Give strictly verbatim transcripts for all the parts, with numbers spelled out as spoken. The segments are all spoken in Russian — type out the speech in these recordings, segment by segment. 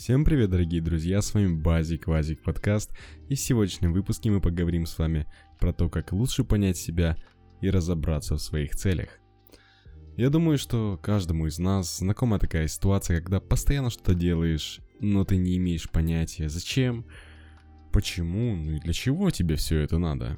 Всем привет, дорогие друзья, с вами Базик, Вазик подкаст, и в сегодняшнем выпуске мы поговорим с вами про то, как лучше понять себя и разобраться в своих целях. Я думаю, что каждому из нас знакома такая ситуация, когда постоянно что-то делаешь, но ты не имеешь понятия, зачем, почему, ну и для чего тебе все это надо.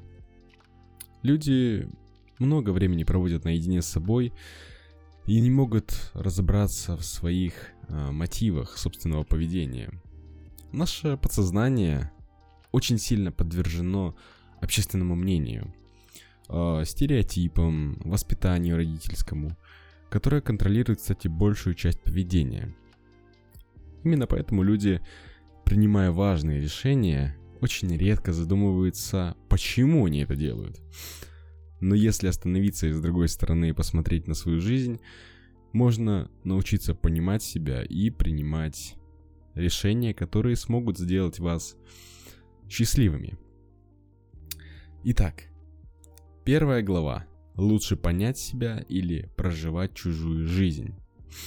Люди много времени проводят наедине с собой и не могут разобраться в своих э, мотивах собственного поведения. Наше подсознание очень сильно подвержено общественному мнению, э, стереотипам, воспитанию родительскому, которое контролирует, кстати, большую часть поведения. Именно поэтому люди, принимая важные решения, очень редко задумываются, почему они это делают. Но если остановиться и с другой стороны посмотреть на свою жизнь, можно научиться понимать себя и принимать решения, которые смогут сделать вас счастливыми. Итак, первая глава. Лучше понять себя или проживать чужую жизнь.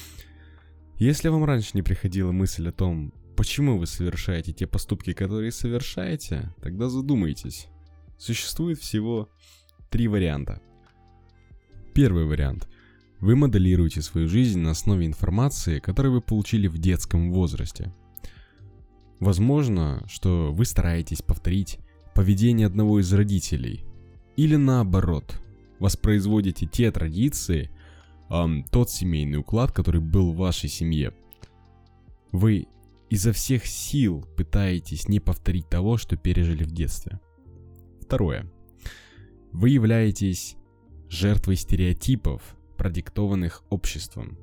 Если вам раньше не приходила мысль о том, почему вы совершаете те поступки, которые совершаете, тогда задумайтесь. Существует всего три варианта. Первый вариант. Вы моделируете свою жизнь на основе информации, которую вы получили в детском возрасте. Возможно, что вы стараетесь повторить поведение одного из родителей. Или наоборот, воспроизводите те традиции, эм, тот семейный уклад, который был в вашей семье. Вы изо всех сил пытаетесь не повторить того, что пережили в детстве. Второе. Вы являетесь жертвой стереотипов, продиктованных обществом.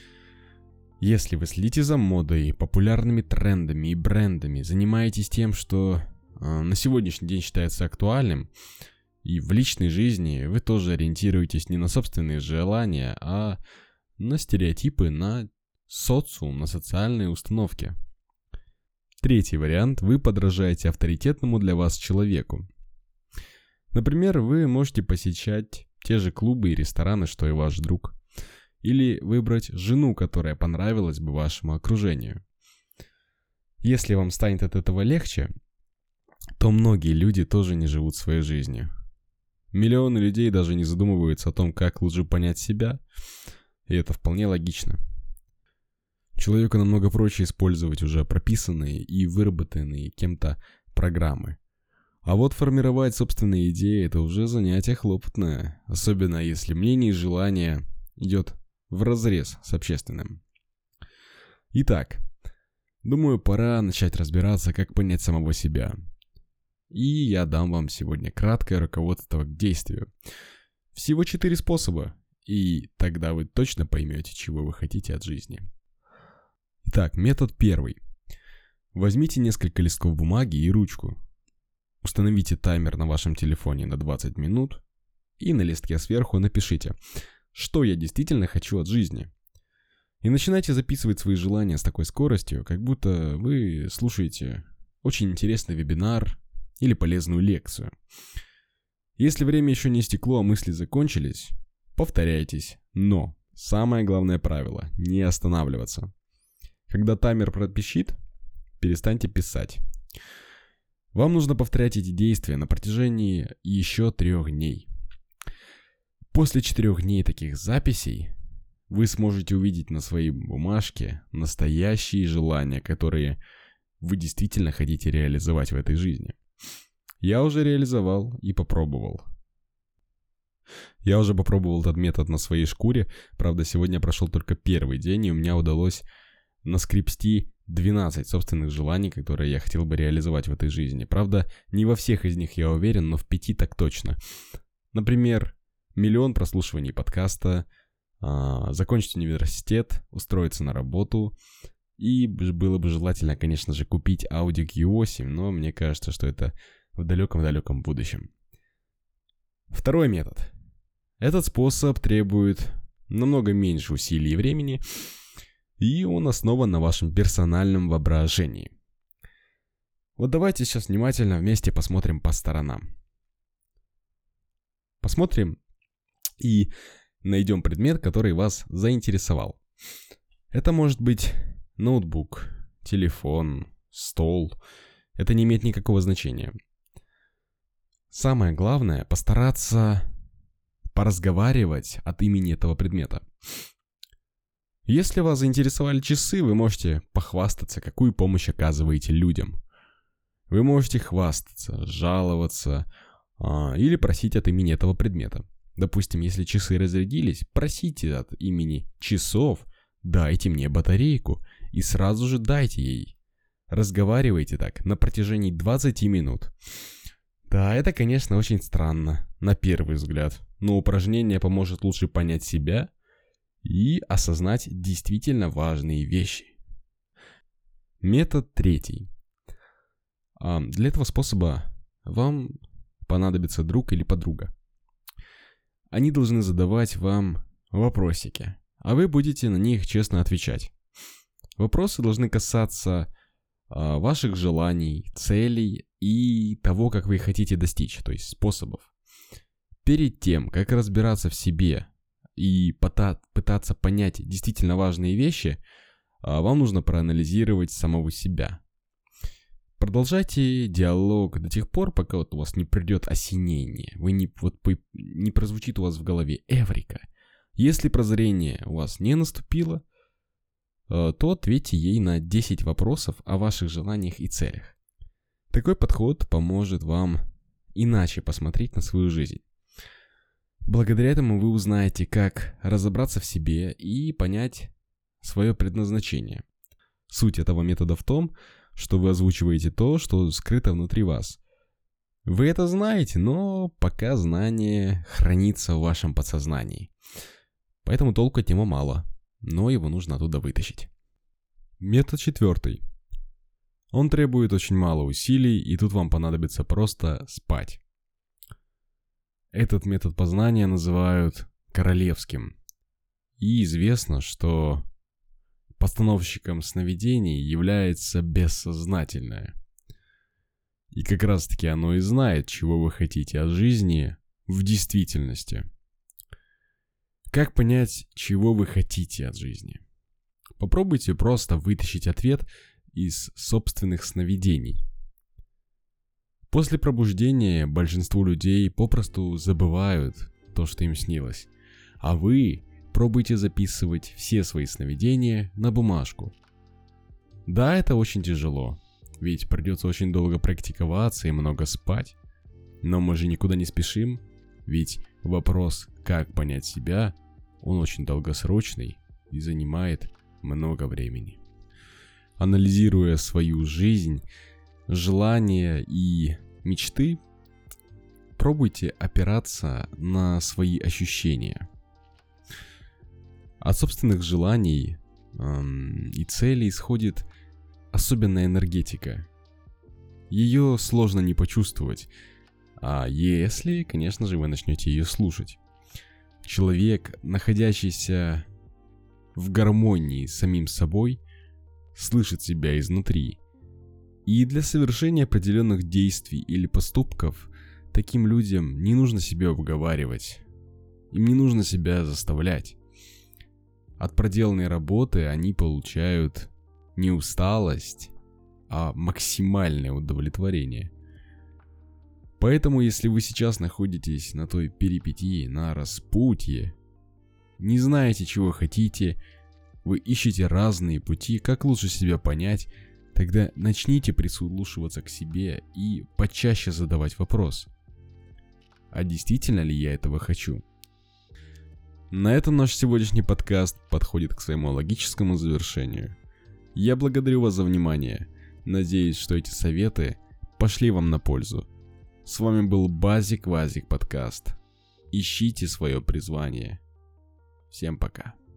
Если вы следите за модой, популярными трендами и брендами, занимаетесь тем, что э, на сегодняшний день считается актуальным, и в личной жизни вы тоже ориентируетесь не на собственные желания, а на стереотипы, на социум, на социальные установки. Третий вариант. Вы подражаете авторитетному для вас человеку. Например, вы можете посещать те же клубы и рестораны, что и ваш друг. Или выбрать жену, которая понравилась бы вашему окружению. Если вам станет от этого легче, то многие люди тоже не живут своей жизнью. Миллионы людей даже не задумываются о том, как лучше понять себя, и это вполне логично. Человеку намного проще использовать уже прописанные и выработанные кем-то программы. А вот формировать собственные идеи – это уже занятие хлопотное, особенно если мнение и желание идет вразрез с общественным. Итак, думаю, пора начать разбираться, как понять самого себя. И я дам вам сегодня краткое руководство к действию. Всего четыре способа, и тогда вы точно поймете, чего вы хотите от жизни. Итак, метод первый. Возьмите несколько листков бумаги и ручку. Установите таймер на вашем телефоне на двадцать минут и на листке сверху напишите, что я действительно хочу от жизни. И начинайте записывать свои желания с такой скоростью, как будто вы слушаете очень интересный вебинар или полезную лекцию. Если время еще не истекло, а мысли закончились, повторяйтесь. Но самое главное правило – не останавливаться. Когда таймер пропищит, перестаньте писать. Вам нужно повторять эти действия на протяжении еще трех дней. После четырех дней таких записей вы сможете увидеть на своей бумажке настоящие желания, которые вы действительно хотите реализовать в этой жизни. Я уже реализовал и попробовал. Я уже попробовал этот метод на своей шкуре, правда, сегодня прошел только первый день, и у меня удалось наскребсти двенадцать собственных желаний, которые я хотел бы реализовать в этой жизни. Правда, не во всех из них я уверен, но в пяти так точно. Например, миллион прослушиваний подкаста, а, закончить университет, устроиться на работу. И было бы желательно, конечно же, купить Audi кью восемь, но мне кажется, что это в далеком-далеком будущем. Второй метод. Этот способ требует намного меньше усилий и времени, и он основан на вашем персональном воображении. Вот давайте сейчас внимательно вместе посмотрим по сторонам. Посмотрим и найдем предмет, который вас заинтересовал. Это может быть ноутбук, телефон, стол. Это не имеет никакого значения. Самое главное — постараться поразговаривать от имени этого предмета. Если вас заинтересовали часы, вы можете похвастаться, какую помощь оказываете людям. Вы можете хвастаться, жаловаться а, или просить от имени этого предмета. Допустим, если часы разрядились, просите от имени часов: дайте мне батарейку, и сразу же дайте ей. Разговаривайте так на протяжении двадцати минут. Да, это, конечно, очень странно, на первый взгляд, но упражнение поможет лучше понять себя и осознать действительно важные вещи. Метод третий. Для этого способа вам понадобится друг или подруга. Они должны задавать вам вопросики, а вы будете на них честно отвечать. Вопросы должны касаться а, ваших желаний, целей и того, как вы их хотите достичь, то есть способов. Перед тем, как разбираться в себе и пота- пытаться понять действительно важные вещи, а, вам нужно проанализировать самого себя. Продолжайте диалог до тех пор, пока вот у вас не придет осенение, вы не, вот, не прозвучит у вас в голове эврика. Если прозрение у вас не наступило, то ответьте ей на десять вопросов о ваших желаниях и целях. Такой подход поможет вам иначе посмотреть на свою жизнь. Благодаря этому вы узнаете, как разобраться в себе и понять свое предназначение. Суть этого метода в том, что вы озвучиваете то, что скрыто внутри вас. Вы это знаете, но пока знание хранится в вашем подсознании. Поэтому толку от него мало, но его нужно оттуда вытащить. Метод четвертый. Он требует очень мало усилий, и тут вам понадобится просто спать. Этот метод познания называют королевским. И известно, что постановщиком сновидений является бессознательное. И как раз таки оно и знает, чего вы хотите от жизни в действительности. Как понять, чего вы хотите от жизни? Попробуйте просто вытащить ответ из собственных сновидений. После пробуждения большинство людей попросту забывают то, что им снилось, а вы пробуйте записывать все свои сновидения на бумажку. Да, это очень тяжело, ведь придется очень долго практиковаться и много спать. Но мы же никуда не спешим, ведь вопрос, как понять себя, он очень долгосрочный и занимает много времени. Анализируя свою жизнь, желания и мечты, пробуйте опираться на свои ощущения. От собственных желаний эм, и целей исходит особенная энергетика. Ее сложно не почувствовать, а если, конечно же, вы начнете ее слушать. Человек, находящийся в гармонии с самим собой, слышит себя изнутри. И для совершения определенных действий или поступков таким людям не нужно себя уговаривать. Им не нужно себя заставлять. От проделанной работы они получают не усталость, а максимальное удовлетворение. Поэтому, если вы сейчас находитесь на той перипетии, на распутье, не знаете, чего хотите, вы ищете разные пути, как лучше себя понять, тогда начните прислушиваться к себе и почаще задавать вопрос: а действительно ли я этого хочу? На этом наш сегодняшний подкаст подходит к своему логическому завершению. Я благодарю вас за внимание. Надеюсь, что эти советы пошли вам на пользу. С вами был Базик Вазик подкаст. Ищите свое призвание. Всем пока.